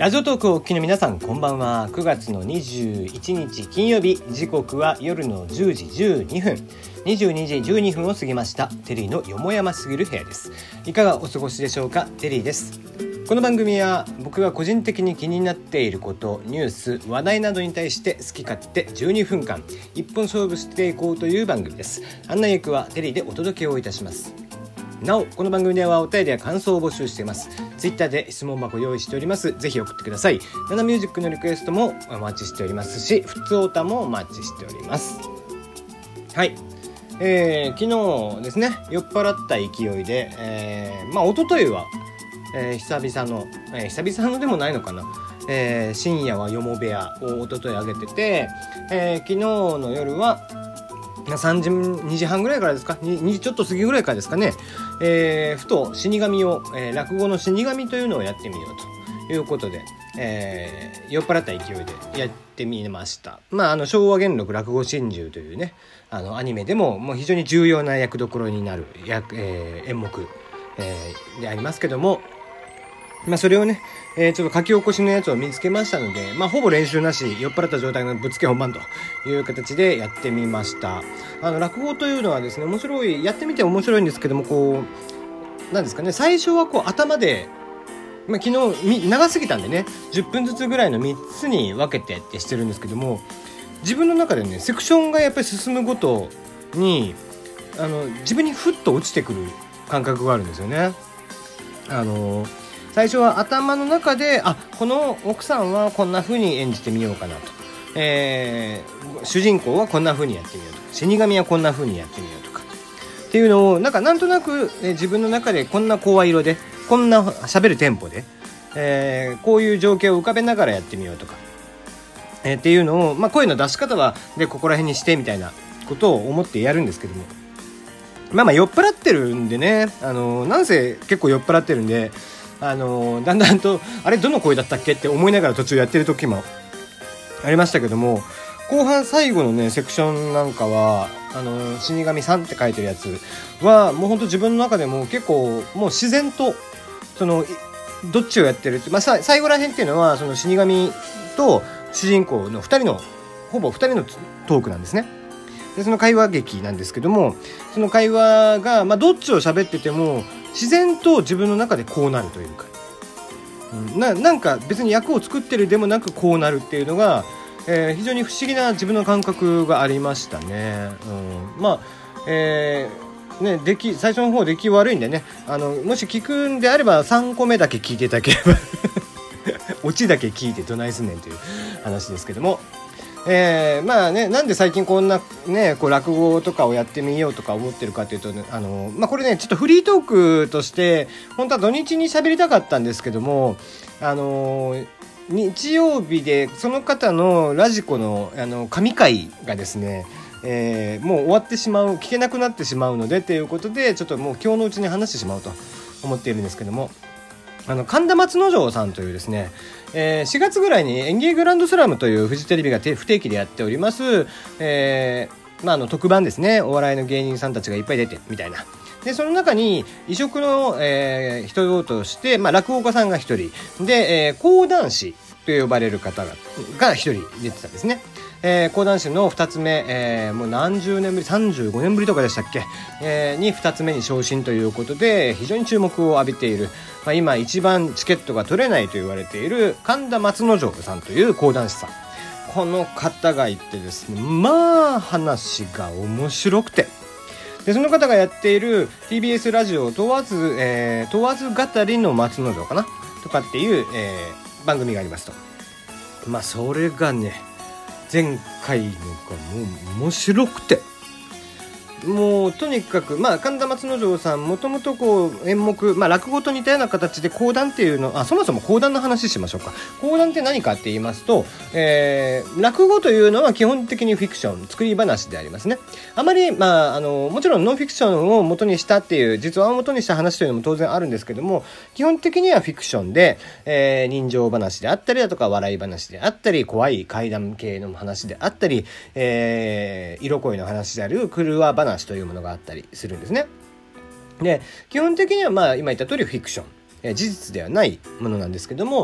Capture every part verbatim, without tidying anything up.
ラジオトークをお聞きの皆さん、こんばんは。くがつのにじゅういちにち金曜日、時刻は夜のじゅうじじゅうにふん、にじゅうにじじゅうにふんを過ぎました。テリーのよもやますぎる部屋です。いかがお過ごしでしょうか。テリーです。この番組は僕が個人的に気になっていること、ニュース、話題などに対して好き勝手じゅうにふんかん一本勝負していこうという番組です。案内役はテリーでお届けをいたします。なお、この番組ではお便りや感想を募集しています。ツイッターで質問箱用意しております。ぜひ送ってください。ナナミュージックのリクエストもお待ちしておりますし、ふつおたもお待ちしております。はい、えー、昨日ですね、酔っ払った勢いで、えー、まあ一昨日は、えー、久々の、えー、久々のでもないのかな、えー、深夜はよも部屋を一昨日上げてて、えー、昨日の夜はさんじにじはんぐらいからですか、にじちょっと過ぎぐらいからですかね、えー、ふと死神を、えー、落語の死神というのをやってみようということで、えー、酔っ払った勢いでやってみました。まあ、あの昭和元禄落語心中というね、あのアニメでももう非常に重要な役どころになる役、えー、演目、えー、でありますけども、まあ、それをね、えー、ちょっと書き起こしのやつを見つけましたので、まあ、ほぼ練習なし、酔っ払った状態のぶっつけ本番という形でやってみました。あの落語というのはですね、面白い、やってみて面白いんですけども、こうなんですかね、最初はこう頭で、まあ、昨日長すぎたんでね、じゅっぷんずつぐらいのみっつに分けてってしてるんですけども、自分の中でね、セクションがやっぱり進むごとにあの自分にふっと落ちてくる感覚があるんですよね。あの最初は頭の中で、あ、この奥さんはこんな風に演じてみようかなと、えー、主人公はこんな風にやってみようとか、死神はこんな風にやってみようとかっていうのをなんかなんとなく、えー、自分の中でこんな声色で、こんな喋るテンポで、えー、こういう情景を浮かべながらやってみようとか、えー、っていうのを、まあ、声の出し方はでここら辺にしてみたいなことを思ってやるんですけども、まあまあ酔っ払ってるんでね、あのー、なんせ結構酔っ払ってるんで、あのー、だんだんとあれどの声だったっけって思いながら途中やってる時もありましたけども、後半最後のねセクションなんかはあのー、死神さんって書いてるやつはもうほんと自分の中でも結構もう自然とそのどっちをやってるって、まあ、さ最後らへんっていうのはその死神と主人公のふたりのほぼふたりのトークなんですね。でその会話劇なんですけども、その会話が、まあ、どっちを喋ってても自然と自分の中でこうなるというか、うん、な, なんか別に役を作ってるでもなくこうなるっていうのが、えー、非常に不思議な自分の感覚がありましたね。うん、まあ、えーね、出来最初の方出来悪いんでね、あのもし聞くんであればさんこめだけ聞いていただければオチだけ聞いてどないすんねんという話ですけども、えー、まあね、なんで最近こんなねこう落語とかをやってみようとか思ってるかというと、ね、あのまあこれねちょっとフリートークとして本当は土日に喋りたかったんですけども、あの日曜日でその方のラジコのあの神回がですね、えー、もう終わってしまう、聞けなくなってしまうのでということで、ちょっともう今日のうちに話してしまおうと思っているんですけども、あの神田松之丞さんというですね、えー、しがつぐらいに演芸グランドスラムというフジテレビが不定期でやっております、えーまあ、あの特番ですね。お笑いの芸人さんたちがいっぱい出てみたいな。でその中に異色の、えー、人として、まあ、落語家さんが一人で、えー、講談師と呼ばれる方がが一人出てたんですね。えー、講談師のふたつめ、えー、もう何十年ぶり、さんじゅうごねんぶりとかでしたっけ、えー、にふたつめに昇進ということで非常に注目を浴びている、まあ、今一番チケットが取れないと言われている神田松之丞さんという講談師さん、この方がいてですね、まあ話が面白くて、でその方がやっている ティービーエス ラジオ問わず、えー、問わず語りの松之丞かなとかっていう、えー、番組がありますと、まあそれがね前回のがもう面白くて、もうとにかく、まあ、神田松之丞さんもともとこう演目、まあ、落語と似たような形で講談っていうの、あそもそも講談の話しましょうか。講談って何かって言いますと、えー、落語というのは基本的にフィクション、作り話でありますね。あまり、まあ、あのもちろんノンフィクションを元にしたっていう実話を元にした話というのも当然あるんですけども、基本的にはフィクションで、えー、人情話であったりだとか笑い話であったり怖い怪談系の話であったり、えー、色恋の話である狂わ話というものがあったりするんですね。で基本的にはまあ今言った通りフィクション、えー、事実ではないものなんですけども、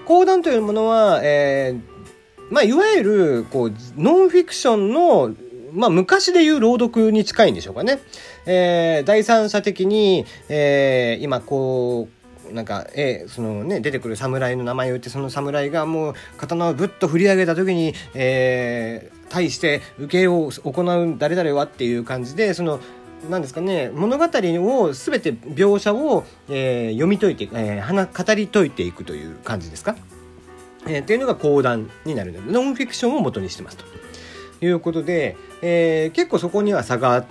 講談というものは、えーまあ、いわゆるこうノンフィクションの、まあ、昔でいう朗読に近いんでしょうかね。えー、第三者的に、えー、今こうなんか、えーそのね、出てくる侍の名前を言って、その侍がもう刀をぶっと振り上げた時に、えー、対して受けを行う誰々はっていう感じで、そのなんですかね、物語を全て描写を、えー、読み解いて、えー、語り解いていくという感じですか、えー、っていうのが講談になるので、ノンフィクションを元にしてますということで、えー、結構そこには差があって、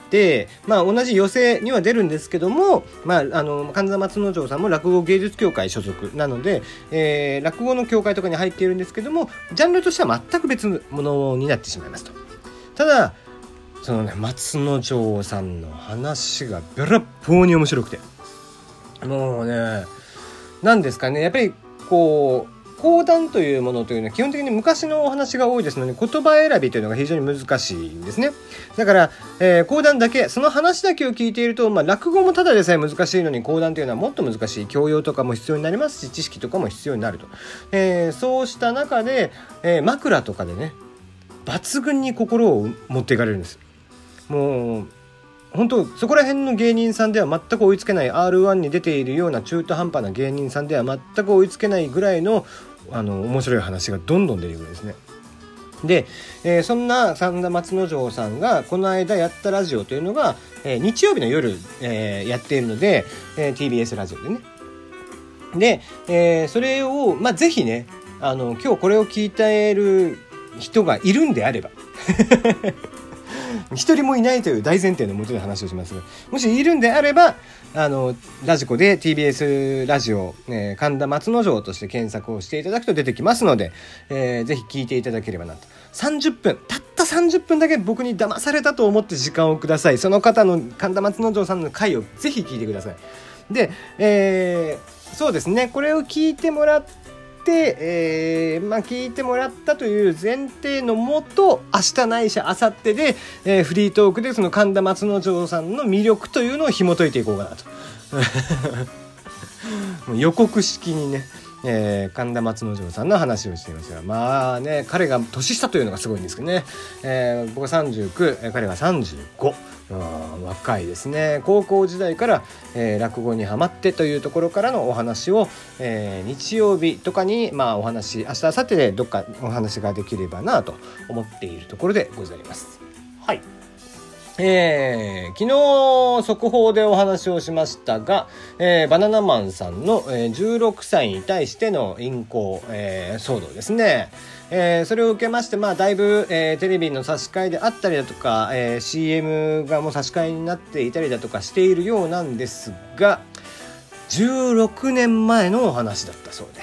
まあ、同じ寄席には出るんですけども、まあ、あの神田松之丞さんも落語芸術協会所属なので、えー、落語の協会とかに入っているんですけども、ジャンルとしては全く別物になってしまいますと。ただそのね、松之丞さんの話がべらぼうに面白くて、もうね、なんですかね、やっぱりこう講談というものというのは基本的に昔のお話が多いですので、言葉選びというのが非常に難しいんですね。だから、えー、講談だけ、その話だけを聞いていると、まあ、落語もただでさえ難しいのに、講談というのはもっと難しい、教養とかも必要になりますし、知識とかも必要になると、えー、そうした中で、えー、枕とかでね、抜群に心を持っていかれるんです。もう本当そこら辺の芸人さんでは全く追いつけない、 アールワン に出ているような中途半端な芸人さんでは全く追いつけないぐらいのあの面白い話がどんどん出てくるんですね。で、えー、そんな神田松之丞さんがこの間やったラジオというのが、えー、日曜日の夜、えー、やっているので、えー、ティービーエス ラジオでね。で、えー、それを、まあ、ぜひね、あの今日これを聞いている人がいるんであれば一人もいないという大前提のもとで話をしますが、もしいるんであれば、あのラジコで ティービーエス ラジオ、えー、神田松之丞として検索をしていただくと出てきますので、えー、ぜひ聞いていただければなと。さんじゅっぷん、たったさんじゅっぷんだけ僕に騙されたと思って時間をください。その方の神田松之丞さんの回をぜひ聞いてください。で、えー、そうですね、これを聞いてもらってで、えーまあ、聞いてもらったという前提のもと、明日ないし明後日で、えー、フリートークでその神田松之丞さんの魅力というのを紐解いていこうかなともう予告式にね、えー、神田松之丞さんの話をしていますが、まあね、彼が年下というのがすごいんですけどね、えー、僕はさんじゅうきゅう、彼がさんじゅうご、若いですね。高校時代から、えー、落語にハマってというところからのお話を、えー、日曜日とかに、まあ、お話、明日明後日でどっかお話ができればなと思っているところでございます。はい。えー、昨日速報でお話をしましたが、えー、バナナマンさんの、えー、じゅうろくさいに対しての淫行、えー、騒動ですね。えー、それを受けまして、まあ、だいぶ、えー、テレビの差し替えであったりだとか、えー、シーエム がもう差し替えになっていたりだとかしているようなんですが、じゅうろくねんまえのお話だったそうで、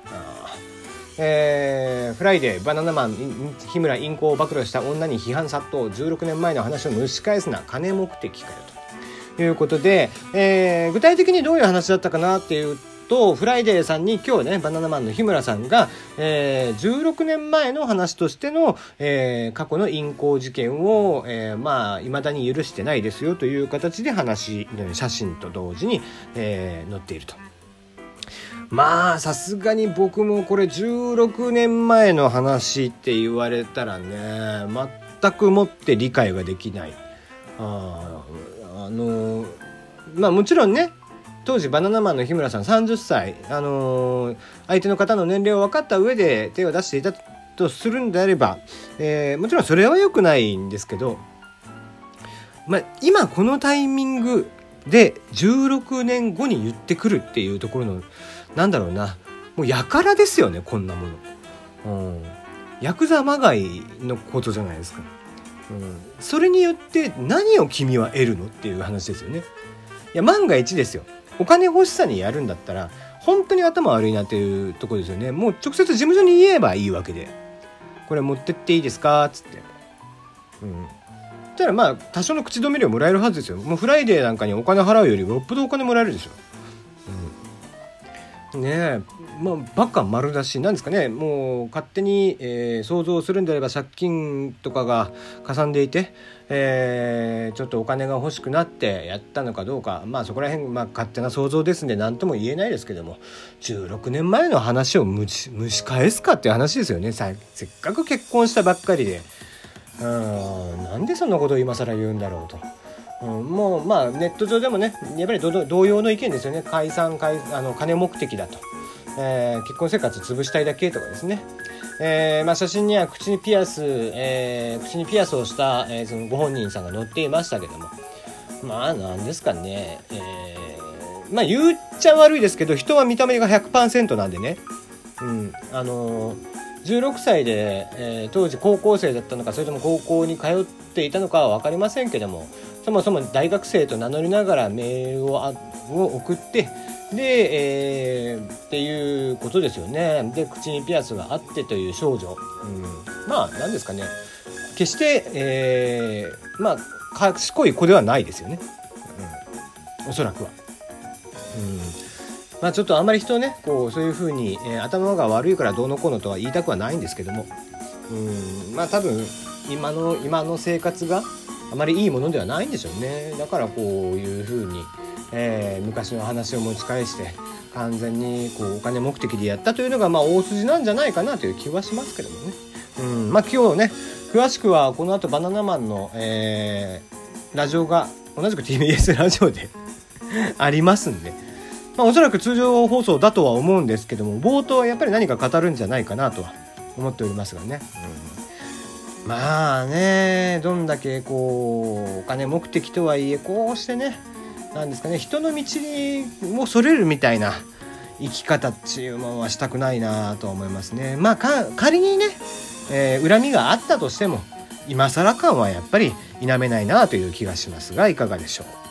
えー、フライデーバナナマン日村淫行を暴露した女に批判殺到、じゅうろくねんまえの話を蒸し返すな、金目的かよということで、えー、具体的にどういう話だったかなっていうと、フライデーさんに今日ね、バナナマンの日村さんが、えー、じゅうろくねんまえの話としての、えー、過去の淫行事件を、えー、まあ未だに許してないですよという形で話、写真と同時に、えー、載っていると。まあさすがに僕もこれじゅうろくねんまえの話って言われたらね、全くもって理解ができない。ああのまあもちろんね、当時バナナマンの日村さんさんじゅっさい、あのー、相手の方の年齢を分かった上で手を出していたとするんであれば、えー、もちろんそれは良くないんですけど、まあ、今このタイミングでじゅうろくねんごに言ってくるっていうところの、なんだろうな、もうやからですよね、こんなもの、うん、ヤクザまがいのことじゃないですか、うん、それによって何を君は得るのっていう話ですよね。いや万が一ですよ、お金欲しさにやるんだったら本当に頭悪いなっていうところですよね。もう直接事務所に言えばいいわけで、これ持ってっていいですかっつって、うん、そしたらまあ多少の口止め料もらえるはずですよ。もうフライデーなんかにお金払うよりよっぽどお金もらえるでしょ、うん、ねえ、まあバカ丸だし、なんですかね、もう勝手に、えー、想像するんであれば借金とかがかさんでいて、 えー、ちょっとお金が欲しくなってやったのかどうか、まあそこら辺、まあ、勝手な想像ですんで何とも言えないですけども、じゅうろくねんまえの話を蒸し、蒸し返すかっていう話ですよね。させっかく結婚したばっかりで、うん、なんでそんなことを今更言うんだろうと。うん、もうまあネット上でもねやっぱり同様の意見ですよね。解散解あの金目的だと、えー、結婚生活潰したいだけとかですね、えーまあ、写真には口にピアス、えー、口にピアスをした、えー、そのご本人さんが載っていましたけども、まあなんですかね、えー、まあ言っちゃ悪いですけど人は見た目が ひゃくパーセント なんでね、うん、あのー、じゅうろくさいで、えー、当時高校生だったのかそれとも高校に通っていたのかは分かりませんけども、そもそも大学生と名乗りながらメールを、あを送ってで、えー、っていうことですよね。で口にピアスがあってという少女、うん、まあ何ですかね、決して、えー、まあ賢い子ではないですよね、うん、おそらくは、うんまあ、ちょっとあんまり人ねこうそういう風に、えー、頭が悪いからどうのこうのとは言いたくはないんですけども、うんまあ多分今の今の生活があまりいいものではないんでしょうね。だからこういう風に、えー、昔の話を持ち返して完全にこうお金目的でやったというのがまあ大筋なんじゃないかなという気はしますけどもね、うんまあ、今日ね詳しくはこの後バナナマンの、えー、ラジオが同じく ティービーエス ラジオでありますんで、まあ、おそらく通常放送だとは思うんですけども冒頭はやっぱり何か語るんじゃないかなとは思っておりますがね、うん、まあねどんだけこうお金目的とはいえこうしてねなんですかね人の道をそれるみたいな生き方っていうものはしたくないなと思いますね。まあか仮にね、えー、恨みがあったとしても今更感はやっぱり否めないなという気がしますがいかがでしょう。